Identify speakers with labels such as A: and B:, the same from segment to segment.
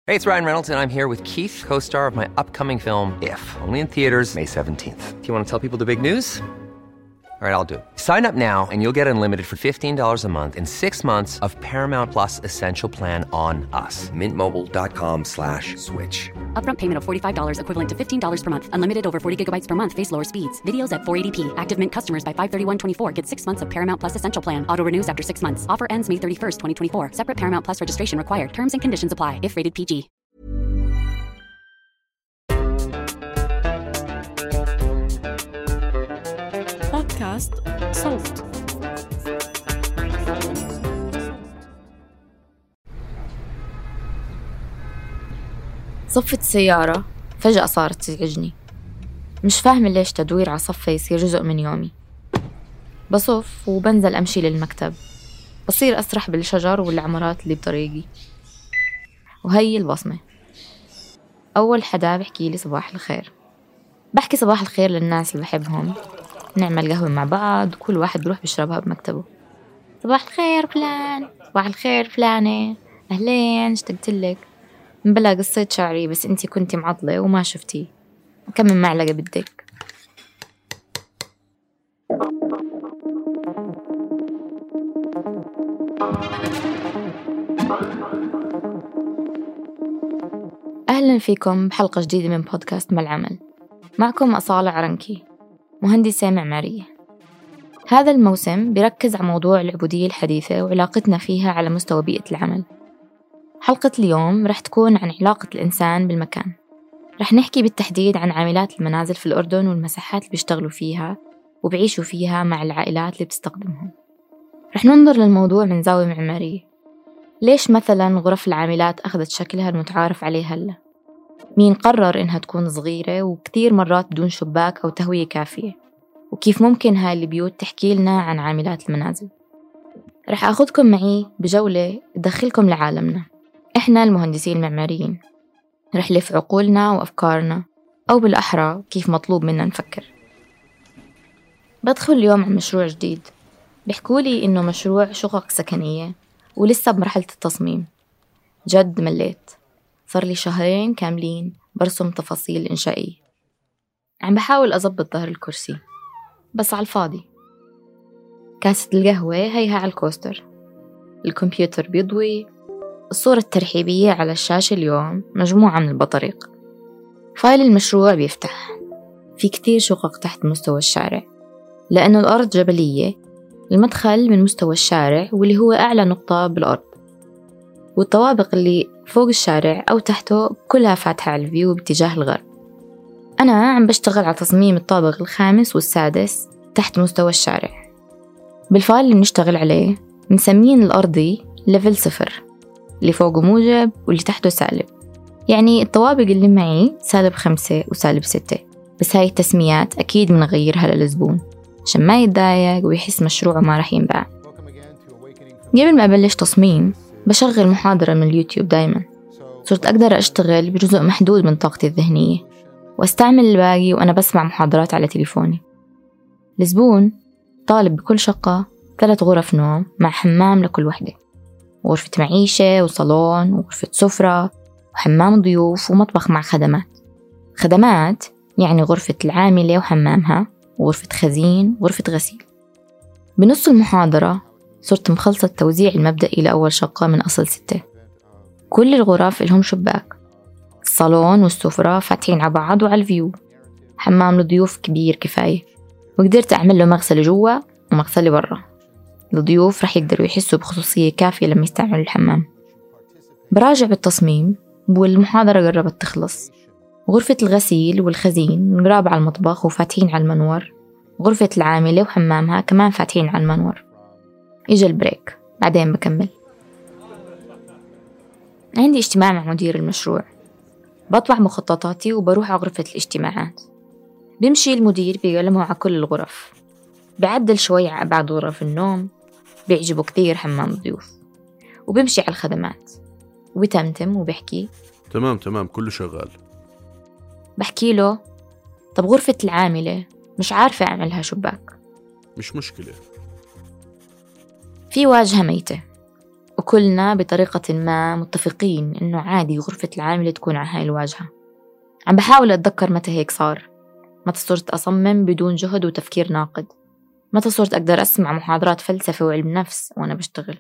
A: Hey, it's Ryan Reynolds, and I'm here with Keith, co-star of my upcoming film, If, only in theaters May 17th. Do you want to tell people the big news? All right, I'll do it. Sign up now and you'll get unlimited for $15 a month and 6 months of Paramount Plus Essential Plan on us. MintMobile.com/switch.
B: Upfront payment of $45 equivalent to $15 per month. Unlimited over 40 gigabytes per month. Face lower speeds. Videos at 480p. Active Mint customers by 531.24 get 6 months of Paramount Plus Essential Plan. Auto renews after 6 months. Offer ends May 31st, 2024. Separate Paramount Plus registration required. Terms and conditions apply if rated PG.
C: بودكاست صوت. صفت السيارة فجأة صارت تزعجني. مش فاهمة ليش تدوير على صفة يصير جزء من يومي. بصف وبنزل أمشي للمكتب، بصير أسرح بالشجر والعمارات اللي بطريقي. وهي البصمة. أول حدا بحكي لي صباح الخير. بحكي صباح الخير للناس اللي بحبهم، نعمل قهوة مع بعض وكل واحد بروح بيشربها بمكتبه. صباح الخير فلان، صباح الخير فلانة، أهلين، اشتقتلك. مبلا قصيت شعري بس انتي كنتي معطلة وما شفتي، كم من معلقة بدك. أهلا فيكم بحلقة جديدة من بودكاست مع العمل. معكم أصالة عرنكي، مهندسة معمارية. هذا الموسم بيركز على موضوع العبودية الحديثة وعلاقتنا فيها على مستوى بيئة العمل. حلقة اليوم رح تكون عن علاقة الإنسان بالمكان. رح نحكي بالتحديد عن عاملات المنازل في الأردن والمساحات اللي بيشتغلوا فيها وبيعيشوا فيها مع العائلات اللي بتستخدمهم. رح ننظر للموضوع من زاوية معمارية. ليش مثلا غرف العاملات أخذت شكلها المتعارف عليه هلأ؟ مين قرر إنها تكون صغيرة وكثير مرات بدون شباك أو تهوية كافية؟ وكيف ممكن هاي البيوت تحكي لنا عن عاملات المنازل؟ رح أخذكم معي بجولة تدخلكم لعالمنا إحنا المهندسين المعماريين. رح لف عقولنا وأفكارنا، أو بالأحرى كيف مطلوب منا نفكر. بدخل اليوم عن مشروع جديد. بيحكولي إنه مشروع شقق سكنية ولسه بمرحلة التصميم. جد مليت، صار لي شهرين كاملين برسم تفاصيل إنشائية. عم بحاول أضبط ظهر الكرسي بس على الفاضي. كاسة القهوة هيها على الكوستر، الكمبيوتر بيضوي، الصورة الترحيبية على الشاشة اليوم مجموعة من البطاريق. فايل المشروع بيفتح. في كتير شقق تحت مستوى الشارع لأنه الأرض جبلية. المدخل من مستوى الشارع واللي هو أعلى نقطة بالأرض، والطوابق اللي فوق الشارع أو تحته كلها فاتحة على الفيو باتجاه الغرب. أنا عم بشتغل على تصميم الطابق الخامس والسادس تحت مستوى الشارع. بالفايل اللي بنشتغل عليه نسمين الأرضي ليفل 0، اللي فوقه موجب واللي تحته سالب. يعني الطوابق اللي معي -5 و-6، بس هاي التسميات أكيد بنغيرها للزبون عشان ما يتضايق ويحس مشروعه ما رح ينباع. قبل ما أبلش تصميم بشغل محاضرة من اليوتيوب دايما. صرت أقدر أشتغل بجزء محدود من طاقتي الذهنية واستعمل الباقي وأنا بسمع محاضرات على تليفوني. الزبون طالب بكل شقة 3 غرف نوم مع حمام لكل وحدة، غرفة معيشة وصالون وغرفة سفرة وحمام ضيوف ومطبخ مع خدمات. خدمات يعني غرفة العاملة وحمامها وغرفة خزين وغرفة غسيل. بنص المحاضرة صرت مخلصة التوزيع المبدئي لأول شقة من أصل 6. كل الغرف لهم شباك، الصالون والسفرة فاتحين على بعض وعلى الفيو، حمام الضيوف كبير كفاية، وقدرت أعمل له مغسلة جوا ومغسلة برا. الضيوف رح يقدروا يحسوا بخصوصية كافية لما يستعملوا الحمام. براجع بالتصميم والمحاضرة قربت تخلص. غرفة الغسيل والخزين قراب على المطبخ وفاتحين على المنور، غرفة العاملة وحمامها كمان فاتحين على المنور. إجا البريك، بعدين بكمل. عندي اجتماع مع مدير المشروع، بطبع مخططاتي وبروح على غرفة الاجتماعات. بمشي المدير بيقلمه على كل الغرف، بعدل شوي على بعض غرف النوم، بيعجبه كثير حمام الضيوف، وبمشي على الخدمات وبتمتم وبحكي
D: تمام كله شغال.
C: بحكي له طب غرفة العاملة مش عارفة أعملها شباك.
D: مش مشكلة.
C: في واجهة ميتة وكلنا بطريقة ما متفقين إنه عادي غرفة العاملة تكون على هاي الواجهة. عم بحاول أتذكر متى هيك صار، متى صرت أصمم بدون جهد وتفكير ناقد، متى صرت أقدر أسمع محاضرات فلسفة وعلم نفس وأنا بشتغل.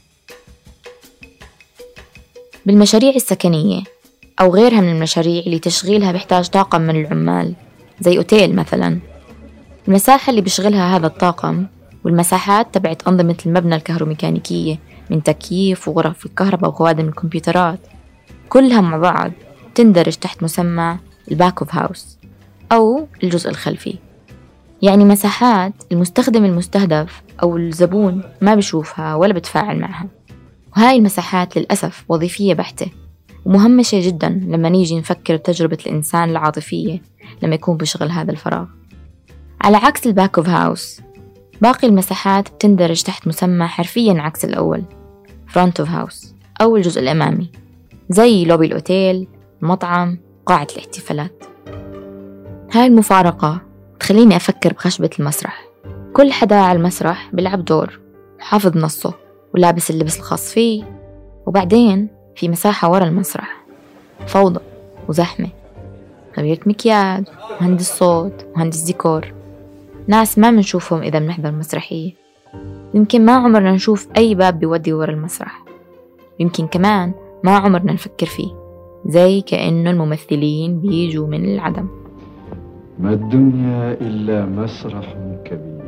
C: بالمشاريع السكنية أو غيرها من المشاريع اللي تشغيلها بيحتاج طاقم من العمال زي أوتيل مثلاً، المساحة اللي بيشغلها هذا الطاقم والمساحات تبعت أنظمة المبنى الكهروميكانيكية من تكييف وغرف الكهرباء وخوادم الكمبيوترات، كلها مع بعض تندرج تحت مسمى الباك أوف هاوس أو الجزء الخلفي. يعني مساحات المستخدم المستهدف أو الزبون ما بيشوفها ولا بتفاعل معها، وهاي المساحات للأسف وظيفية بحتة ومهمشة جدا لما نيجي نفكر بتجربة الإنسان العاطفية لما يكون بشغل هذا الفراغ. على عكس الباك أوف هاوس، باقي المساحات بتندرج تحت مسمى حرفيا عكس الأول فرونت أوف هاوس أو الجزء الأمامي، زي لوبي الأوتيل، المطعم، قاعة الاحتفالات. هاي المفارقة تخليني أفكر بخشبة المسرح. كل حدا على المسرح بيلعب دور وحافظ نصه ولابس اللبس الخاص فيه، وبعدين في مساحة ورا المسرح فوضى وزحمة، خبيرة مكياج، مهندس صوت، مهندس ديكور، ناس ما منشوفهم إذا بنحضر مسرحية. يمكن ما عمرنا نشوف أي باب بيودي ورا المسرح، يمكن كمان ما عمرنا نفكر فيه، زي كأنه الممثلين بيجوا من العدم.
E: ما الدنيا إلا مسرح كبير.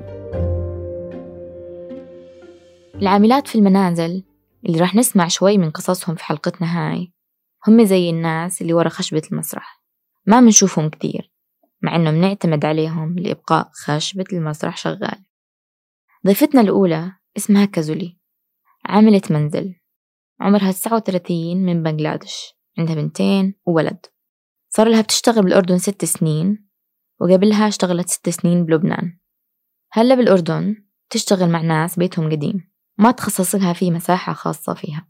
C: العاملات في المنازل اللي راح نسمع شوي من قصصهم في حلقتنا هاي هم زي الناس اللي ورا خشبة المسرح، ما منشوفهم كتير مع إنه منعتمد عليهم لإبقاء خشبة المسرح شغال. ضيفتنا الأولى اسمها كازولي، عاملة منزل، عمرها 39 من بنغلاديش، عندها بنتين وولد. صار لها بتشتغل بالأردن 6 سنين، وقبلها اشتغلت 6 سنين بلبنان. هلأ بالأردن تشتغل مع ناس بيتهم قديم ما تخصص لها في مساحة خاصة فيها.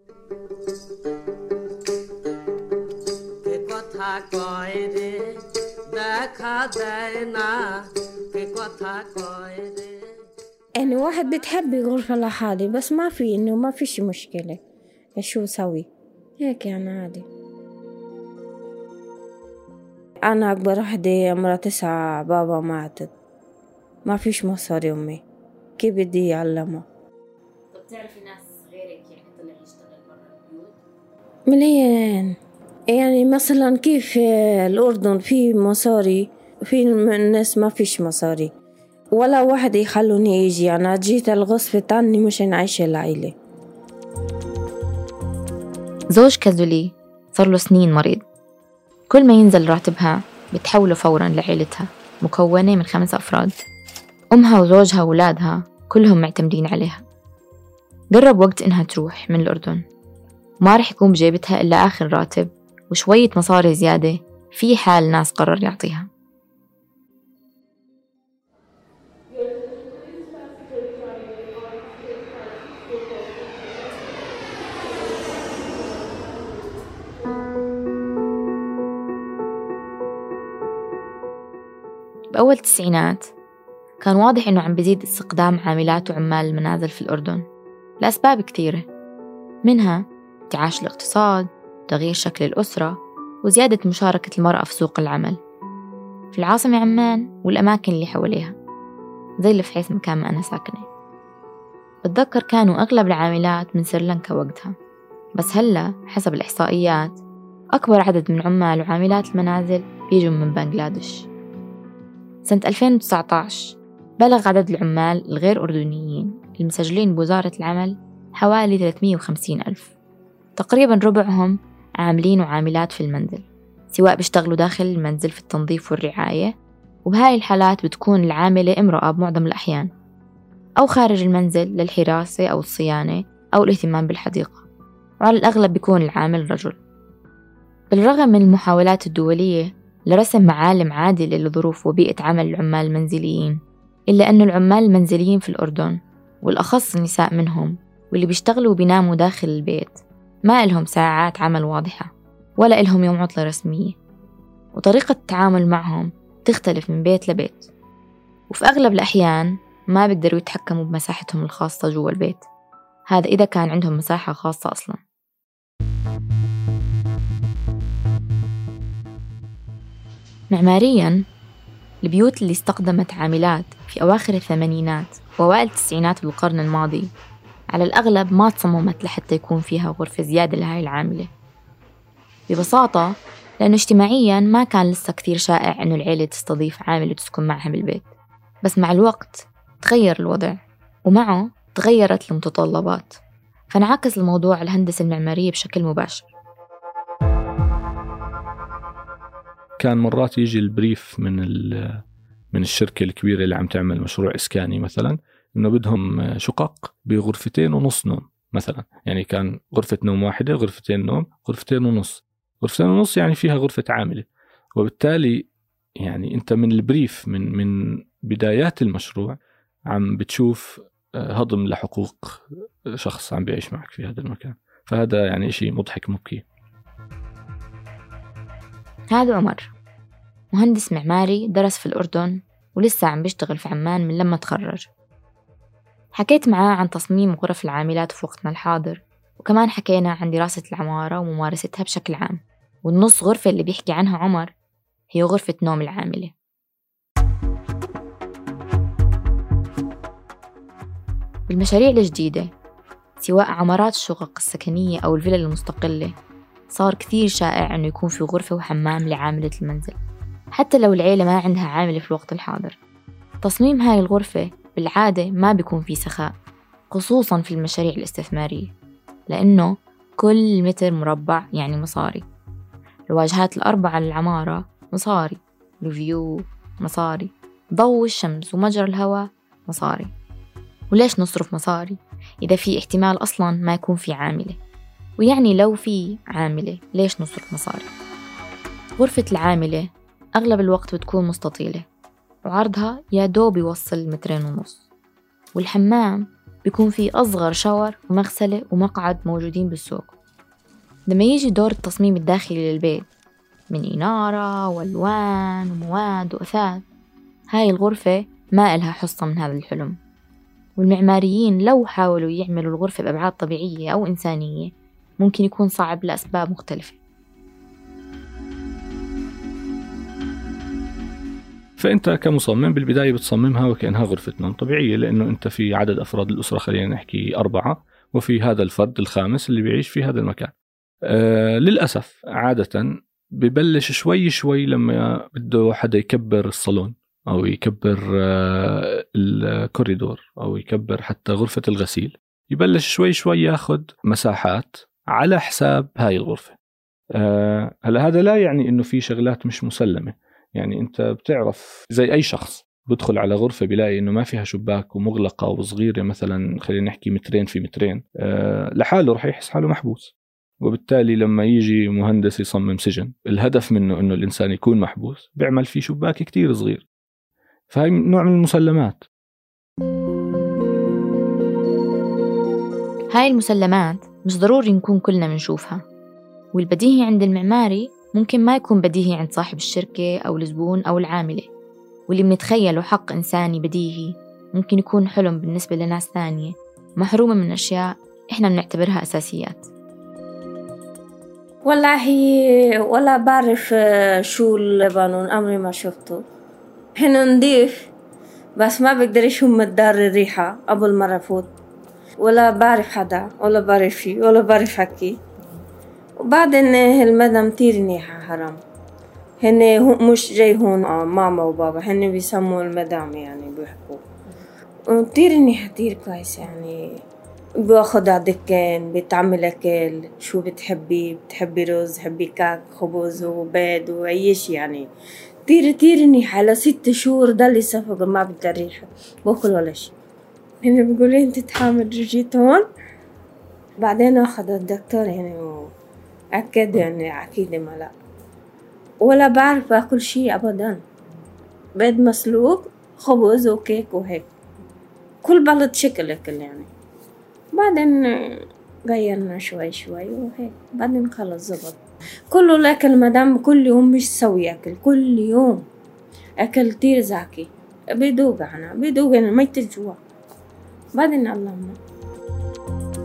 F: يعني واحد بتحب غرفة لحالي بس ما في إنه ما فيش مشكلة، شو سوي هيك يعني عادي. أنا أكبر وحدة، عمرها 9، بابا ماتت، ما فيش مصاري أمي، كيف بدي يعلمها؟
C: طب تعرفي ناس غيرك يعني طلع يشتغل برا البيوت؟
F: مليان. يعني مثلا كيف الأردن في مصاري، في الناس ما فيش مصاري، ولا واحد يخلوني يجي. أنا جيت الغصب عني مشان أعيش العيلة.
C: زوج كازولي صار له سنين مريض، كل ما ينزل راتبها بتحوله فوراً لعيلتها مكونة من 5 أفراد، أمها وزوجها وولادها كلهم معتمدين عليها. قرب وقت إنها تروح من الأردن، ما رح يكون بجيبتها إلا آخر راتب وشوية مصاري زيادة في حال ناس قرر يعطيها. بأول التسعينات كان واضح إنه عم بيزيد استخدام عاملات وعمال المنازل في الأردن لأسباب كثيرة، منها انتعاش الاقتصاد، تغيير شكل الأسرة، وزيادة مشاركة المرأة في سوق العمل في العاصمة عمان والأماكن اللي حواليها زي اللي في حيث مكان ما أنا ساكنة. بتذكر كانوا أغلب العاملات من سريلانكا وقتها، بس هلأ حسب الإحصائيات أكبر عدد من عمال وعاملات المنازل بيجوا من بنغلاديش. سنة 2019 بلغ عدد العمال الغير أردنيين المسجلين بوزارة العمل حوالي 350,000، تقريبا ربعهم عاملين وعاملات في المنزل، سواء بيشتغلوا داخل المنزل في التنظيف والرعاية، وبهاي الحالات بتكون العاملة امرأة بمعظم الأحيان، أو خارج المنزل للحراسة أو الصيانة أو الاهتمام بالحديقة، وعلى الأغلب بيكون العامل رجل. بالرغم من المحاولات الدولية لرسم معالم عادلة لظروف وبيئة عمل العمال المنزليين، إلا أن العمال المنزليين في الأردن والأخص النساء منهم واللي بيشتغلوا وبيناموا داخل البيت ما إلهم ساعات عمل واضحة ولا إلهم يوم عطلة رسمية، وطريقة التعامل معهم تختلف من بيت لبيت، وفي أغلب الأحيان ما بيقدروا يتحكموا بمساحتهم الخاصة جوا البيت، هذا إذا كان عندهم مساحة خاصة أصلاً. معمارياً، البيوت اللي استخدمت عاملات في أواخر الثمانينات وأوائل التسعينات بالقرن الماضي على الأغلب ما تصممت لحتى يكون فيها غرفة زيادة لهاي العاملة، ببساطة لأنه اجتماعياً ما كان لسه كثير شائع إنه العيلة تستضيف عاملة تسكن معها بالبيت. بس مع الوقت تغير الوضع، ومعه تغيرت المتطلبات، فانعكس الموضوع على الهندسة المعمارية بشكل مباشر.
G: كان مرات يجي البريف من الشركة الكبيرة اللي عم تعمل مشروع إسكاني مثلا، إنه بدهم شقق بغرفتين ونص نوم مثلا. يعني كان غرفة نوم واحدة، غرفتين نوم، غرفتين ونص. غرفتين ونص يعني فيها غرفة عاملة. وبالتالي يعني أنت من البريف من بدايات المشروع عم بتشوف هضم لحقوق شخص عم بيعيش معك في هذا المكان. فهذا يعني إشي مضحك مبكي.
C: هذا عمر، مهندس معماري درس في الأردن ولسه عم بيشتغل في عمان من لما تخرج. حكيت معاه عن تصميم غرف العاملات في وقتنا الحاضر، وكمان حكينا عن دراسة العمارة وممارستها بشكل عام. والنص غرفة اللي بيحكي عنها عمر هي غرفة نوم العاملة. بالمشاريع الجديدة سواء عمارات الشقق السكنية أو الفيلا المستقلة، صار كثير شائع أنه يكون في غرفة وحمام لعاملة المنزل، حتى لو العيلة ما عندها عاملة في الوقت الحاضر. تصميم هاي الغرفة بالعادة ما بيكون فيه سخاء، خصوصاً في المشاريع الاستثمارية، لأنه كل متر مربع يعني مصاري. الواجهات الأربعة للعمارة مصاري، الفيو مصاري، ضوء الشمس ومجرى الهواء مصاري. وليش نصرف مصاري إذا في احتمال أصلاً ما يكون في عاملة؟ ويعني لو في عاملة ليش نصرف مصاري؟ غرفة العاملة أغلب الوقت بتكون مستطيلة وعرضها يا دوب يوصل 2.5 متر، والحمام بيكون فيه أصغر شاور ومغسلة ومقعد موجودين بالسوق. لما يجي دور التصميم الداخلي للبيت من إنارة والوان ومواد وأثاث، هاي الغرفة ما إلها حصة من هذا الحلم. والمعماريين لو حاولوا يعملوا الغرفة بأبعاد طبيعية أو إنسانية ممكن يكون صعب لأسباب مختلفة.
G: فأنت كمصمم بالبداية بتصممها وكأنها غرفة نوم طبيعية، لأنه أنت في عدد أفراد الأسرة خلينا نحكي 4، وفي هذا الفرد الخامس اللي بيعيش في هذا المكان. للأسف عادة ببلش شوي شوي لما بده حدا يكبر الصالون أو يكبر الكوريدور أو يكبر حتى غرفة الغسيل، يبلش شوي شوي ياخد مساحات على حساب هاي الغرفة. هلا هذا لا يعني إنه في شغلات مش مسلمة. يعني أنت بتعرف زي أي شخص بدخل على غرفة بيلاقي إنه ما فيها شباك ومغلقة وصغيرة مثلا خلينا نحكي 2 في 2 لحاله رح يحس حاله محبوس. وبالتالي لما يجي مهندس يصمم سجن الهدف منه إنه الإنسان يكون محبوس، بيعمل فيه شباك كتير صغير. فهي نوع من المسلمات.
C: هاي المسلمات مش ضروري نكون كلنا منشوفها، والبديهي عند المعماري ممكن ما يكون بديهي عند صاحب الشركة أو الزبون أو العاملة. واللي بنتخيله حق إنساني بديهي ممكن يكون حلم بالنسبة لناس ثانية محرومة من أشياء إحنا بنعتبرها أساسيات.
F: والله ولا بعرف شو القانون، أمري ما شفته. هنا نضيف بس ما بقدر شو مدار الريحة قبل ما أفوت، ولا بعرف حدا ولا بعرف شي ولا بعرف حكي. وبعدين المدام كتير منيحة حرام، هن مش جاي هون ماما وبابا، هن بيسموا المدام يعني بيحكوا كتير منيحة كتير كويس. يعني باخد على دكان، بتعمل أكل شو بتحبي رز، بتحبي كعك خبز وبيض وعيش. يعني كتير منيحة. على 6 شهور ضلي صفق ما بدي ريحة باكل ولا شي. هن بيقولي انت تحامل جيت هون. بعدين أخذ الدكتور يعني أكد يعني أكيد ما لا، ولا بعرف أكل شيء أبدا. بيض مسلوق خبز وكيك وهيك، كل بلد شكل أكل يعني. بعدين غيرنا شوي وهيك، بعدين خلص زبط. كله الأكل مدام كل يوم مش سوي أكل، كل يوم أكل كتير زاكي، بيدوق أنا ميت الجوع. بعدين اللهم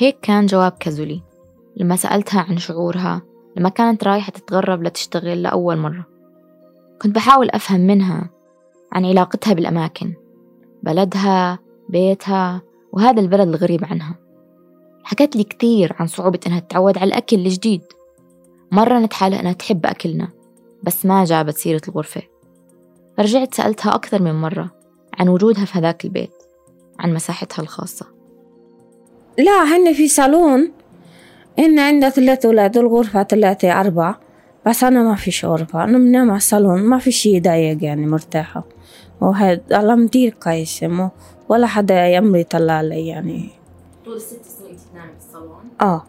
C: هيك كان جواب كازولي لما سألتها عن شعورها لما كانت رايحة تتغرب لتشتغل لأول مرة. كنت بحاول أفهم منها عن علاقتها بالأماكن، بلدها، بيتها، وهذا البلد الغريب عنها. حكت لي كتير عن صعوبة إنها تتعود على الأكل الجديد. مرة نتحالها إنها تحب أكلنا بس ما جابت سيرة الغرفة. فرجعت سألتها أكثر من مرة عن وجودها في هذاك البيت، عن مساحتها الخاصة.
F: لا، هن في صالون، إن عندها 3 أولاد والغرفة 3 4، بس أنا ما فيش غرفة، أنا بنام على الصالون، ما في شي يضايق يعني، مرتاحة. وهذا الله مدير كويس، ولا حدا يمري يطلع لي يعني.
C: طول 6 سنين تنامي بالصالون؟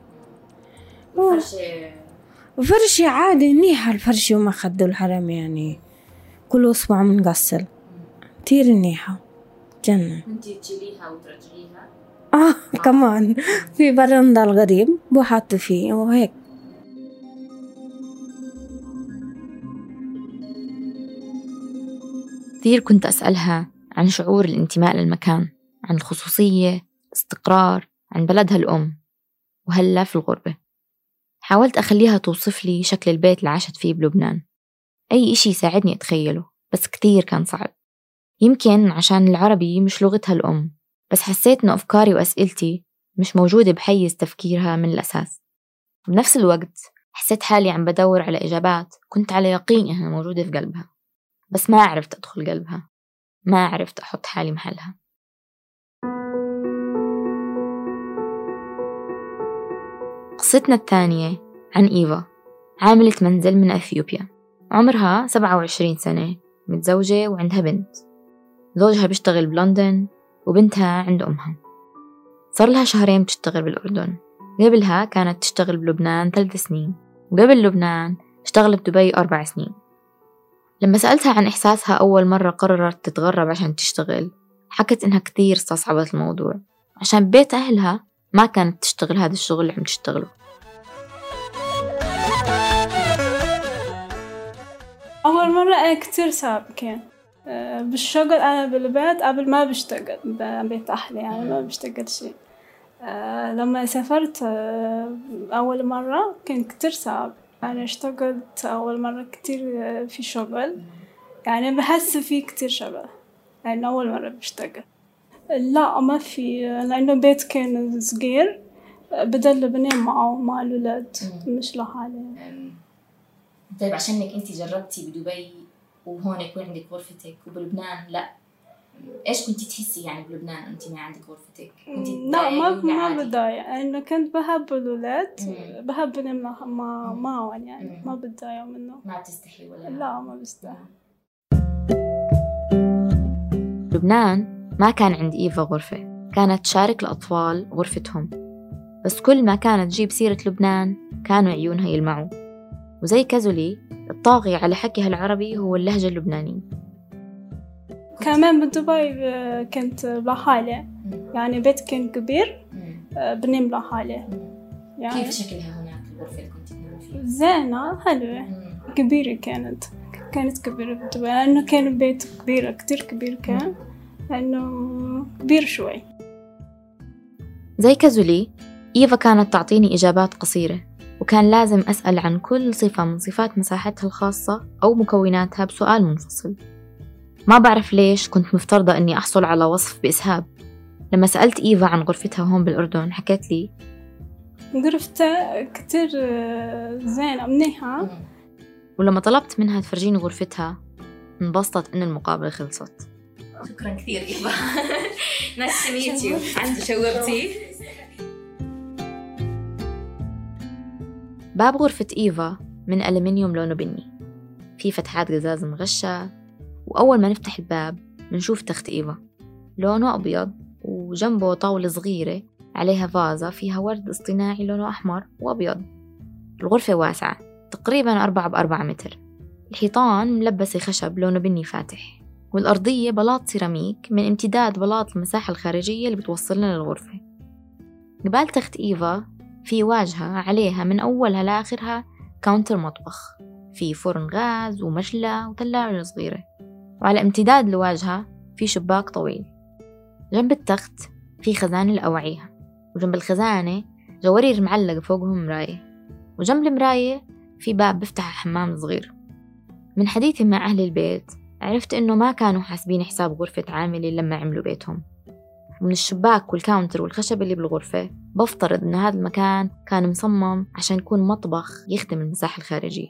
F: فرشي عادي منيحة، الفرشي وما خدوا الحرم يعني، كل أسبوع منغسل، كتير منيحة جنة.
C: انتي تشيليها وترجعيها؟
F: كمان في برندة الغريب بحط فيه وهيك.
C: كثير كنت أسألها عن شعور الانتماء للمكان، عن الخصوصية، استقرار، عن بلدها الأم، وهلا في الغربة. حاولت أخليها توصف لي شكل البيت اللي عاشت فيه بلبنان، أي إشي يساعدني أتخيله، بس كتير كان صعب. يمكن عشان العربي مش لغتها الأم، بس حسيت إنه أفكاري وأسئلتي مش موجودة بحيز تفكيرها من الأساس. بنفس الوقت حسيت حالي عم بدور على إجابات كنت على يقين إنها موجودة في قلبها، بس ما عرفت أدخل قلبها، ما عرفت أحط حالي محلها. قصتنا الثانية عن إيفا، عاملة منزل من أثيوبيا، عمرها 27 سنة، متزوجة وعندها بنت. زوجها بيشتغل بلندن وبنتها عند أمها. صار لها 2 شهر بتشتغل بالأردن. قبلها كانت تشتغل بلبنان 3 سنين، وقبل لبنان اشتغلت بدبي 4 سنين. لما سألتها عن إحساسها أول مرة قررت تتغرب عشان تشتغل، حكت إنها كتير استصعبت الموضوع عشان بيت أهلها ما كانت تشتغل هذا الشغل اللي عم تشتغله.
H: أول مرة كتير صعب كان بالشغل. أنا بالبيت قبل ما بشتغل ببيت أهلي يعني ما بشتغل شيء. لما سافرت أول مرة كان كتير صعب. أنا اشتغلت أول مرة كتير في شغل، يعني بحس فيه كتير شغل يعني أول مرة بشتغل. لا ما في، لأنه بيت كان صغير، بدل بنام معه مع الولاد مش لحالي.
C: طيب عشانك أنت جربتي بدبي وهون يكون عندك غرفتك وبلبنان لا، إيش كنتي تحسي يعني بلبنان أنت ما عندك غرفتك؟
H: لا ما بضايق، إنه كنت بحب الولاد، بحب ننام معهم يعني ما بضايق منه.
C: ما بتستحي ولا؟
H: لا ما بستحي.
C: لبنان ما كان عند إيفا غرفة، كانت تشارك الأطفال غرفتهم، بس كل ما كانت تجيب سيرة لبنان كانوا عيونها يلمعوا. وزي كازولي الطاغي على حكيها العربي هو اللهجة اللبنانية.
H: كمان بدبي كنت لحالي، يعني بيت كان كبير، بنام لحالي.
C: يعني كيف شكلها هناك الغرفة اللي كنت تنامي فيها؟
H: زينة حلوة، كبيرة كانت كبيرة بدبي، لأنه كان بيت كبير كتير كبير، كان لأنه كبير شوي.
C: زي كازولي إيفا كانت تعطيني إجابات قصيرة، وكان لازم أسأل عن كل صفة من صفات مساحتها الخاصة أو مكوناتها بسؤال منفصل. ما بعرف ليش كنت مفترضة أني أحصل على وصف بإسهاب. لما سألت إيفا عن غرفتها هون بالأردن حكت لي
H: غرفتها كتير زينة منيحة.
C: ولما طلبت منها تفرجيني غرفتها انبسطت إن المقابلة خلصت.
I: شكرا كثير إيفا. نايس تو ميت يو. عندي شوقتي.
C: باب غرفة إيفا من ألمنيوم لونه بني، في فتحات قزاز مغشة، وأول ما نفتح الباب منشوف تخت إيفا لونه أبيض، وجنبه طاولة صغيرة عليها فازة فيها ورد اصطناعي لونه أحمر وأبيض. الغرفة واسعة تقريباً 4 ب4 متر. الحيطان ملبسة خشب لونه بني فاتح، والأرضية بلاط سيراميك من امتداد بلاط المساحة الخارجية اللي بتوصلنا للغرفة. قبال تخت إيفا في واجهة عليها من أولها لآخرها كاونتر مطبخ، في فرن غاز ومجلة وثلاجة صغيرة، وعلى امتداد الواجهة في شباك طويل. جنب التخت في خزان الأوعية، وجنب الخزانة جوارير معلقة فوقهم مراية، وجنب المراية في باب بفتح حمام صغير. من حديثي مع أهل البيت عرفت إنه ما كانوا حاسبين حساب غرفة عاملة لما عملوا بيتهم. من الشباك والكاونتر والخشب اللي بالغرفة بفترض إنه هذا المكان كان مصمم عشان يكون مطبخ يخدم المساحة الخارجية.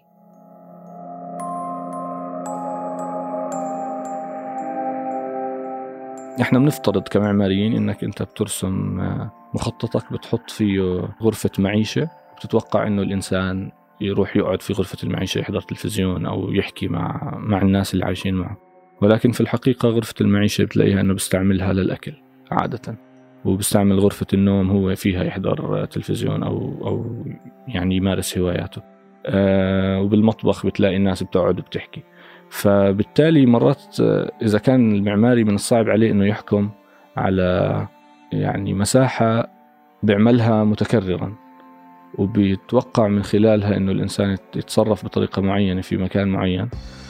G: احنا بنفترض كمعماريين انك انت بترسم مخططك بتحط فيه غرفة معيشة، بتتوقع انه الانسان يروح يقعد في غرفة المعيشة يحضر تلفزيون او يحكي مع الناس اللي عايشين معه، ولكن في الحقيقة غرفة المعيشة بتلاقيها انه بيستعملها للأكل عادة، وبيستعمل غرفة النوم هو فيها يحضر تلفزيون او يعني يمارس هواياته، وبالمطبخ بتلاقي الناس بتقعد وبتحكي. فبالتالي مرات إذا كان المعماري من الصعب عليه إنه يحكم على يعني مساحة بيعملها متكررا وبيتوقع من خلالها إنه الإنسان يتصرف بطريقة معينة في مكان معين.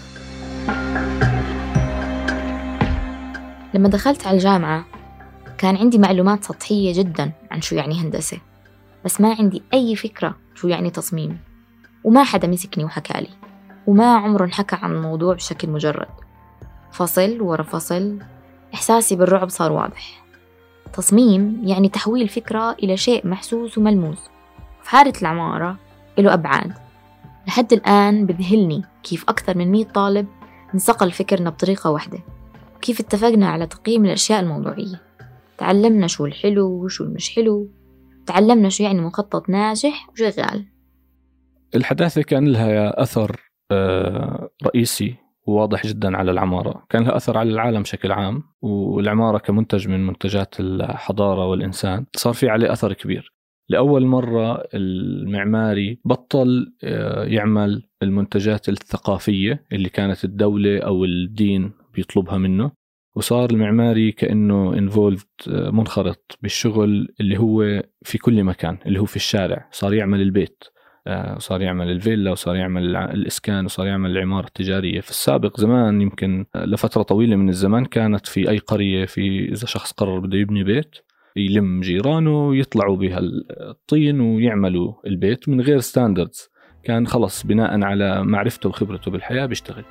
C: لما دخلت على الجامعة كان عندي معلومات سطحية جدا عن شو يعني هندسة، بس ما عندي أي فكرة شو يعني تصميم، وما حدا مسكني وحكالي، وما عمره انحكى عن الموضوع بشكل مجرد. فصل ورا فصل إحساسي بالرعب صار واضح. تصميم يعني تحويل فكرة إلى شيء محسوس وملموس، في حالة العمارة له أبعاد. لحد الآن بذهلني كيف أكثر من 100 طالب انصقل فكرنا بطريقة واحدة، وكيف اتفقنا على تقييم الأشياء الموضوعية. تعلمنا شو الحلو وشو المش حلو، تعلمنا شو يعني مخطط ناجح وشغال.
G: الحداثة كان لها أثر رئيسي وواضح جدا على العمارة، كان لها أثر على العالم بشكل عام، والعمارة كمنتج من منتجات الحضارة والإنسان صار في عليه أثر كبير. لأول مرة المعماري بطل يعمل المنتجات الثقافية اللي كانت الدولة أو الدين بيطلبها منه، وصار المعماري كأنه منخرط بالشغل اللي هو في كل مكان، اللي هو في الشارع. صار يعمل البيت، وصار يعمل الفيلا، وصار يعمل الإسكان، وصار يعمل العمارة التجارية. في السابق زمان يمكن لفترة طويلة من الزمان كانت في أي قرية إذا شخص قرر بده يبني بيت يلم جيرانه ويطلعوا بها الطين ويعملوا البيت من غير ستاندردز، كان خلص بناء على معرفته وخبرته بالحياة بيشتغل.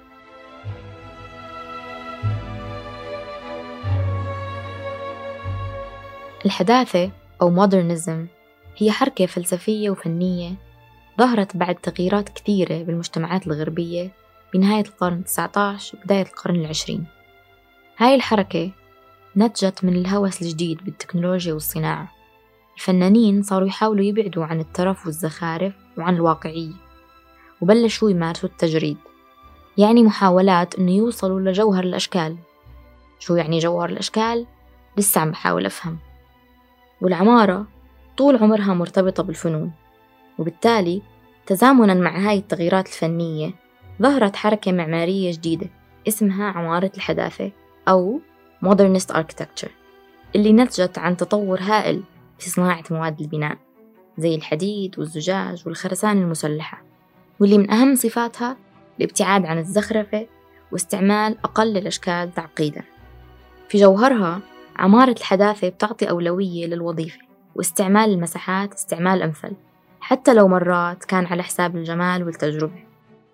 C: الحداثة أو مودرنزم هي حركة فلسفية وفنية ظهرت بعد تغييرات كثيرة بالمجتمعات الغربية بنهاية القرن 19 وبداية القرن 20. هاي الحركة نتجت من الهوس الجديد بالتكنولوجيا والصناعة. الفنانين صاروا يحاولوا يبعدوا عن الترف والزخارف وعن الواقعية، وبلشوا يمارسوا التجريد، يعني محاولات إنه يوصلوا لجوهر الأشكال. شو يعني جوهر الأشكال؟ لسه عم بحاول أفهم. والعمارة طول عمرها مرتبطة بالفنون، وبالتالي تزامناً مع هاي التغييرات الفنية ظهرت حركة معمارية جديدة اسمها عمارة الحداثة أو Modernist Architecture، اللي نتجت عن تطور هائل في صناعة مواد البناء زي الحديد والزجاج والخرسانة المسلحة، واللي من أهم صفاتها الابتعاد عن الزخرفة واستعمال أقل الأشكال تعقيداً. في جوهرها عمارة الحداثة بتعطي أولوية للوظيفة واستعمال المساحات استعمال أمثل، حتى لو مرات كان على حساب الجمال والتجربة.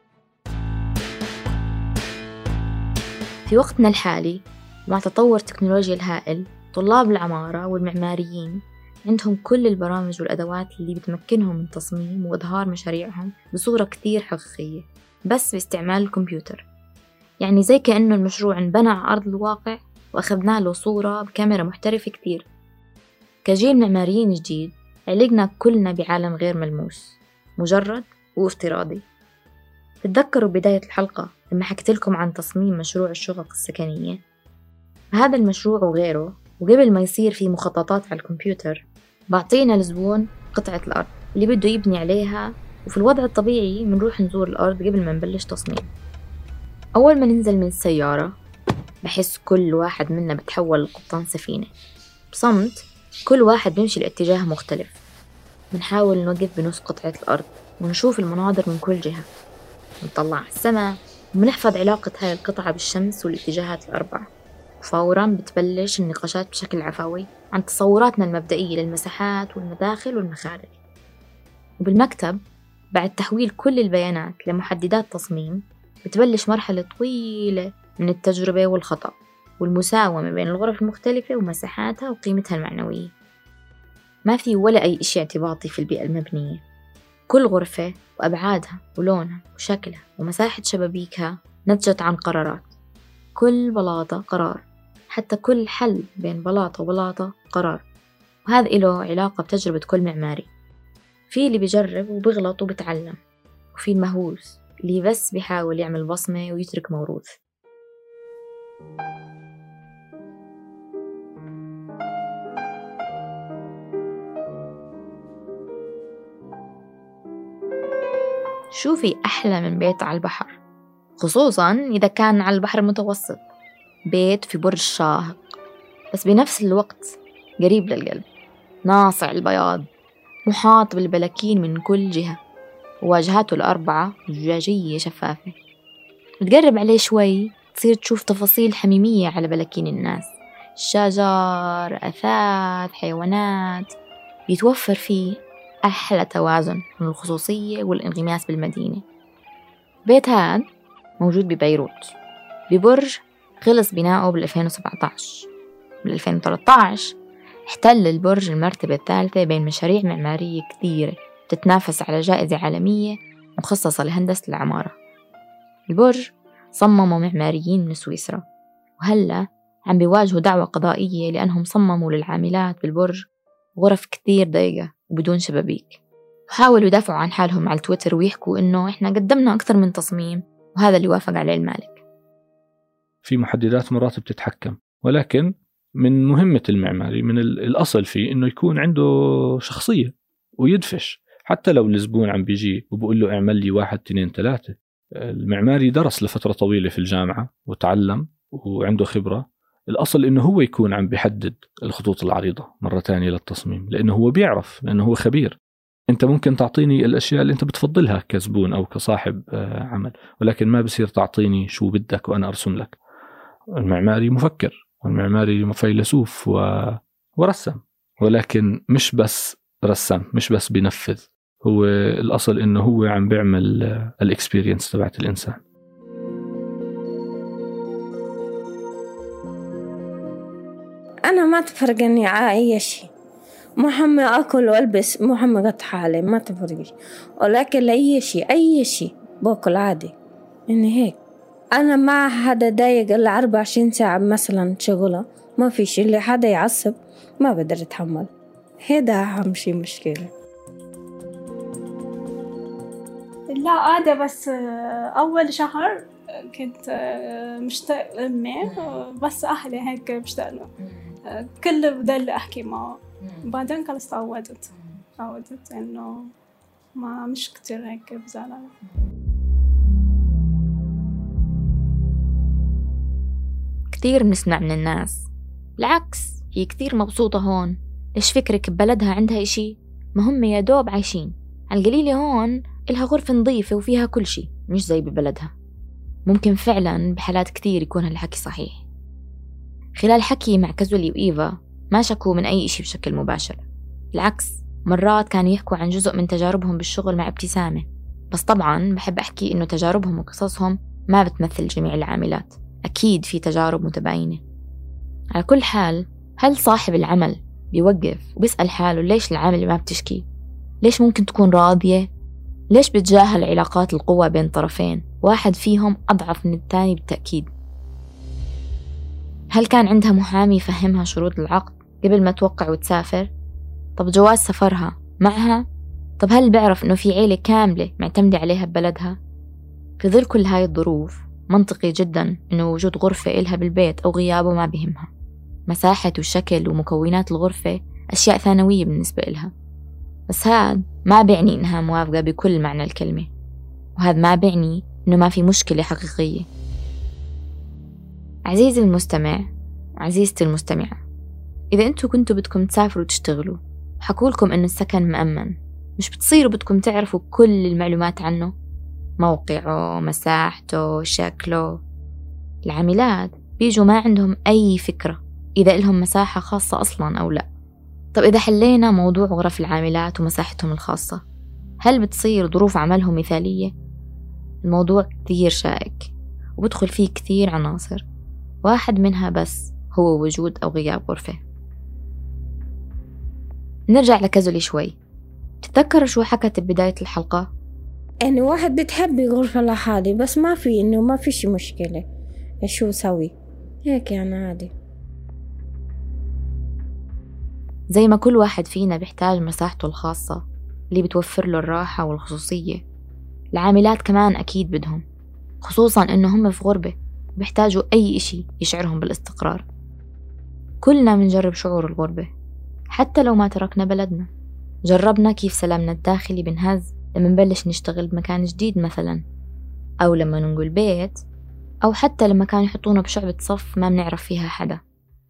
C: في وقتنا الحالي مع تطور التكنولوجيا الهائل، طلاب العمارة والمعماريين عندهم كل البرامج والأدوات اللي بتمكنهم من تصميم وإظهار مشاريعهم بصورة كتير حقيقية بس باستعمال الكمبيوتر. يعني زي كأنه المشروع انبنى على أرض الواقع وأخذنا له صورة بكاميرا محترفة كتير. كجيل معماريين جديد علقنا كلنا بعالم غير ملموس مجرد وافتراضي. تتذكروا بداية الحلقة لما حكيت لكم عن تصميم مشروع الشقق السكنية؟ هذا المشروع وغيره، وقبل ما يصير في مخططات على الكمبيوتر، بعطينا الزبون قطعة الأرض اللي بده يبني عليها، وفي الوضع الطبيعي منروح نزور الأرض قبل ما نبلش تصميم. أول ما ننزل من السيارة بحس كل واحد منا بتحول لقبطان سفينة بصمت، كل واحد بيمشي لاتجاه مختلف. بنحاول نوقف بنص قطعة الأرض ونشوف المناظر من كل جهة، نطلع على السماء وبنحفظ علاقة هاي القطعة بالشمس والاتجاهات الأربعة. فوراً بتبلش النقاشات بشكل عفوي عن تصوراتنا المبدئية للمساحات والمداخل والمخارج. وبالمكتب بعد تحويل كل البيانات لمحددات تصميم بتبلش مرحلة طويلة من التجربة والخطأ والمساومة بين الغرف المختلفة ومساحاتها وقيمتها المعنوية. ما في ولا أي إشي اعتباطي في البيئة المبنية. كل غرفة وأبعادها ولونها وشكلها ومساحة شبابيكها نتجت عن قرارات. كل بلاطة قرار، حتى كل حل بين بلاطة وبلاطة قرار. وهذا له علاقة بتجربة كل معماري. في اللي بيجرب وبيغلط وبتعلم، وفي المهووس اللي بس بيحاول يعمل بصمة ويترك موروث. شو في أحلى من بيت على البحر، خصوصاً إذا كان على البحر المتوسط؟ بيت في برج شاهق بس بنفس الوقت قريب للقلب، ناصع البياض، محاط بالبلكين من كل جهة، وواجهاته الأربعة زجاجية شفافة. بتقرب عليه شوي تصير تشوف تفاصيل حميمية على بلكين الناس، شجر، أثاث، حيوانات. بيتوفر فيه أحلى توازن من الخصوصية والانغماس بالمدينة. بيت هاد موجود ببيروت ببرج خلص بناؤه بال2017. بال2013 احتل البرج المرتبة الثالثة بين مشاريع معمارية كثيرة تتنافس على جائزة عالمية مخصصة لهندسة العمارة. البرج صمموا معماريين من سويسرا، وهلأ عم بيواجهوا دعوة قضائية لأنهم صمموا للعاملات بالبرج غرف كثير ضيقة وبدون شبابيك. وحاولوا يدافعوا عن حالهم على تويتر ويحكوا إنه إحنا قدمنا أكثر من تصميم وهذا اللي وافق عليه المالك.
G: في محددات مرات بتتحكم، ولكن من مهمة المعماري من الأصل فيه إنه يكون عنده شخصية ويدفش. حتى لو الزبون عم بيجي وبقول له اعمل لي 1 2 3، المعماري درس لفترة طويلة في الجامعة وتعلم وعنده خبرة. الأصل إنه هو يكون عم بيحدد الخطوط العريضة مرة تانية للتصميم، لأنه هو بيعرف، لأنه هو خبير. أنت ممكن تعطيني الأشياء اللي أنت بتفضلها كزبون أو كصاحب عمل، ولكن ما بصير تعطيني شو بدك وأنا أرسم لك. المعماري مفكر، والمعماري فيلسوف ورسم، ولكن مش بس رسم، مش بس بينفذ. هو الأصل إنه هو عم بيعمل الإكسبيرينس تبعت الإنسان.
F: أنا ما تفرقني على أي شيء، محمد أكل وألبس، محمد قط حالي، ما تفرقش. ولكن لأي شيء، أي شيء باكل عادي. إني هيك أنا ما حدا ضايق إلا 24 ساعة مثلا شغلة، ما في شيء اللي حدا يعصب ما بقدر أتحمل. هذا أهم شيء مشكلة.
H: لا عادة، بس أول شهر كنت مشتاق لأمي، بس أهلي هيك مشتاق له، كل بدل أحكي معه. بعدين خلص تعودت إنه ما مش كتير هيك بزعل.
C: كتير بنسمع من الناس بالعكس، هي كتير مبسوطة هون، إيش فكرك ببلدها عندها إشي؟ ما هم يا دوب عايشين على القليلة هون، إلها غرفة نظيفة وفيها كل شي مش زي ببلدها. ممكن فعلا بحالات كتير يكون هالحكي صحيح. خلال حكي مع كازولي وإيفا ما شكوا من أي إشي بشكل مباشر، بالعكس مرات كانوا يحكوا عن جزء من تجاربهم بالشغل مع ابتسامة. بس طبعا بحب أحكي إنه تجاربهم وقصصهم ما بتمثل جميع العاملات، أكيد في تجارب متباينة. على كل حال، هل صاحب العمل بيوقف وبيسأل حاله ليش العامل ما بتشكي؟ ليش ممكن تكون راضية؟ ليش بتجاهل علاقات القوة بين طرفين واحد فيهم أضعف من الثاني بالتأكيد؟ هل كان عندها محامي يفهمها شروط العقد قبل ما توقع وتسافر؟ طب جواز سفرها معها؟ طب هل بعرف إنه في عيلة كاملة معتمدة عليها ببلدها؟ في ظل كل هاي الظروف منطقي جدا إنه وجود غرفة إلها بالبيت أو غيابه ما بهمها. مساحة وشكل ومكونات الغرفة أشياء ثانوية بالنسبة إلها. بس هذا ما بيعني إنها موافقة بكل معنى الكلمة، وهذا ما بيعني إنه ما في مشكلة حقيقية. عزيزي المستمع وعزيزتي المستمعة، إذا أنتوا كنتوا بدكم تسافروا وتشتغلوا حكولكم إنه السكن مأمن، مش بتصيروا بدكم تعرفوا كل المعلومات عنه، موقعه، مساحته، شكله. العاملات بيجوا ما عندهم أي فكرة إذا إلهم مساحة خاصة أصلاً أو لا. طب إذا حلينا موضوع غرف العاملات ومساحتهم الخاصة، هل بتصير ظروف عملهم مثالية؟ الموضوع كثير شائك وبدخل فيه كثير عناصر، واحد منها بس هو وجود أو غياب غرفة. نرجع لكازولي شوي. تتذكر شو حكت ببداية الحلقة؟
F: يعني واحد بتحبي غرفة لحالي، بس ما في إنه ما في شي مشكلة، شو سوي هيك يعني عادي.
C: زي ما كل واحد فينا بيحتاج مساحته الخاصة اللي بتوفر له الراحة والخصوصية، العاملات كمان أكيد بدهم، خصوصاً إنه هم في غربة بيحتاجوا أي إشي يشعرهم بالاستقرار. كلنا منجرب شعور الغربة، حتى لو ما تركنا بلدنا. جربنا كيف سلامنا الداخلي بنهز لما نبلش نشتغل بمكان جديد مثلاً، أو لما ننقل بيت، أو حتى لما كانوا يحطونا بشعبة صف ما بنعرف فيها حدا.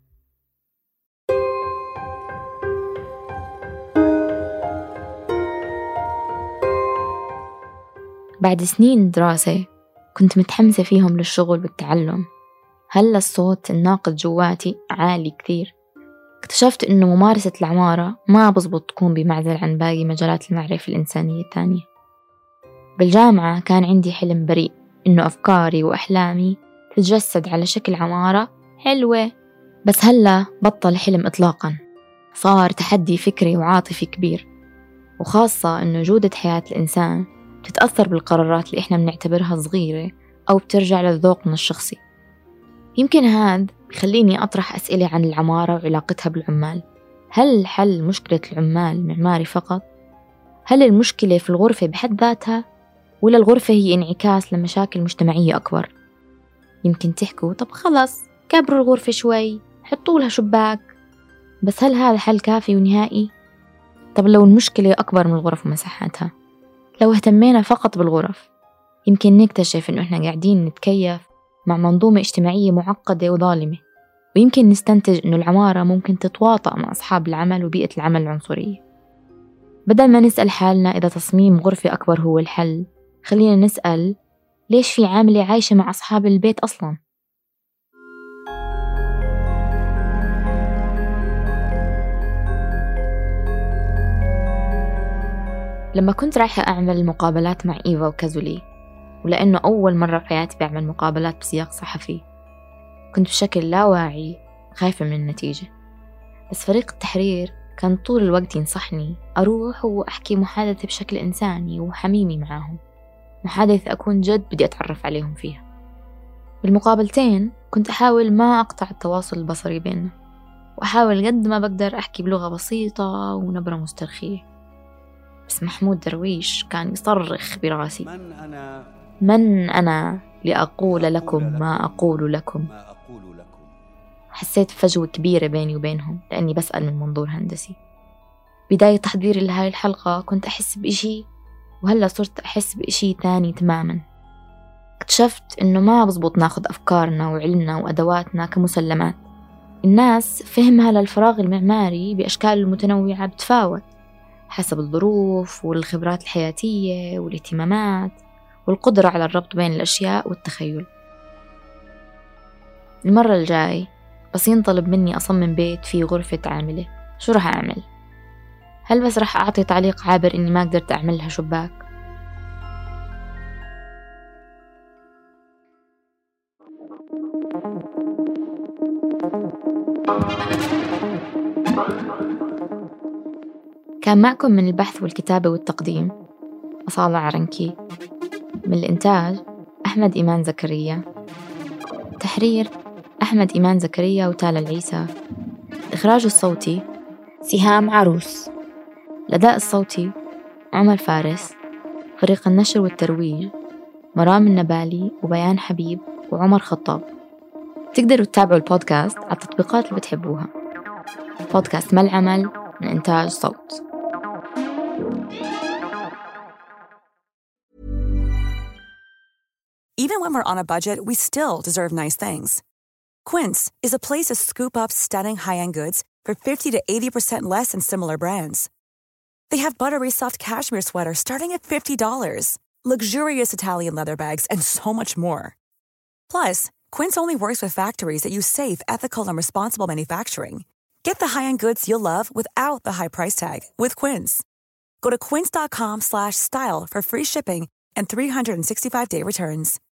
C: بعد سنين دراسة كنت متحمسة فيهم للشغل والتعلم. هلا الصوت الناقد جواتي عالي كثير. اكتشفت إنه ممارسة العمارة ما بزبط تكون بمعزل عن باقي مجالات المعرفة الإنسانية الثانية. بالجامعة كان عندي حلم بريء إنه أفكاري وأحلامي تتجسد على شكل عمارة حلوة، بس هلا بطل حلم إطلاقا، صار تحدي فكري وعاطفي كبير، وخاصة إنه جودة حياة الإنسان بتتأثر بالقرارات اللي إحنا بنعتبرها صغيرة أو بترجع لذوقنا الشخصي. يمكن هذا بخليني أطرح أسئلة عن العمارة وعلاقتها بالعمال. هل حل مشكلة العمال معماري فقط؟ هل المشكلة في الغرفة بحد ذاتها؟ ولا الغرفة هي انعكاس لمشاكل مجتمعية أكبر؟ يمكن تحكوا طب خلص كبروا الغرفة شوي، حطوا لها شباك، بس هل هذا حل كافي ونهائي؟ طب لو المشكلة أكبر من الغرف ومساحاتها، لو اهتمينا فقط بالغرف، يمكن نكتشف إنه إحنا قاعدين نتكيف مع منظومة اجتماعية معقدة وظالمة، ويمكن نستنتج إنه العمارة ممكن تتواطأ مع أصحاب العمل وبيئة العمل العنصرية. بدل ما نسأل حالنا إذا تصميم غرفة أكبر هو الحل، خلينا نسأل ليش في عاملة عايشة مع أصحاب البيت أصلاً؟ لما كنت رايحة أعمل مقابلات مع إيفا وكازولي، ولأنه أول مرة في حياتي بعمل مقابلات بسياق صحفي، كنت بشكل لا واعي خايفة من النتيجة. بس فريق التحرير كان طول الوقت ينصحني أروح وأحكي محادثة بشكل إنساني وحميمي معاهم، محادثة أكون جد بدي أتعرف عليهم فيها. بالمقابلتين كنت أحاول ما أقطع التواصل البصري بيننا، وأحاول قد ما بقدر أحكي بلغة بسيطة ونبرة مسترخية. بس محمود درويش كان يصرخ براسي: من أنا لأقول لكم ما أقول لكم. حسيت فجوة كبيرة بيني وبينهم لأني بسأل من منظور هندسي. بداية تحضيري لهاي الحلقة كنت أحس بإشي، وهلأ صرت أحس بإشي تاني تماما. اكتشفت إنه ما بزبط ناخد أفكارنا وعلمنا وأدواتنا كمسلمات. الناس فهمها للفراغ المعماري بأشكال المتنوعة بتفاوت حسب الظروف والخبرات الحياتية والاهتمامات والقدرة على الربط بين الأشياء والتخيل. المرة الجاي بس ينطلب مني أصمم بيت فيه غرفة عاملة، شو رح أعمل؟ هل بس رح أعطي تعليق عابر إني ما قدرت أعمل لها شباك؟ كان معكم من البحث والكتابة والتقديم أصالة عرنكي، من الإنتاج أحمد إيمان زكريا، تحرير أحمد إيمان زكريا وتالا العيسى، الإخراج الصوتي سهام عروس، الأداء الصوتي عمر فارس، فريق النشر والترويج مرام النبالي وبيان حبيب وعمر خطاب. تقدروا تتابعوا البودكاست على التطبيقات اللي بتحبوها. بودكاست ما العمل من إنتاج صوت.
J: Even when we're on a budget, we still deserve nice things. Quince is a place to scoop up stunning high-end goods for 50 to 80% less than similar brands. They have buttery soft cashmere sweaters starting at $50, luxurious Italian leather bags, and so much more. Plus, Quince only works with factories that use safe, ethical, and responsible manufacturing. Get the high-end goods you'll love without the high price tag with Quince. Go to quince.com/style for free shipping and 365-day returns.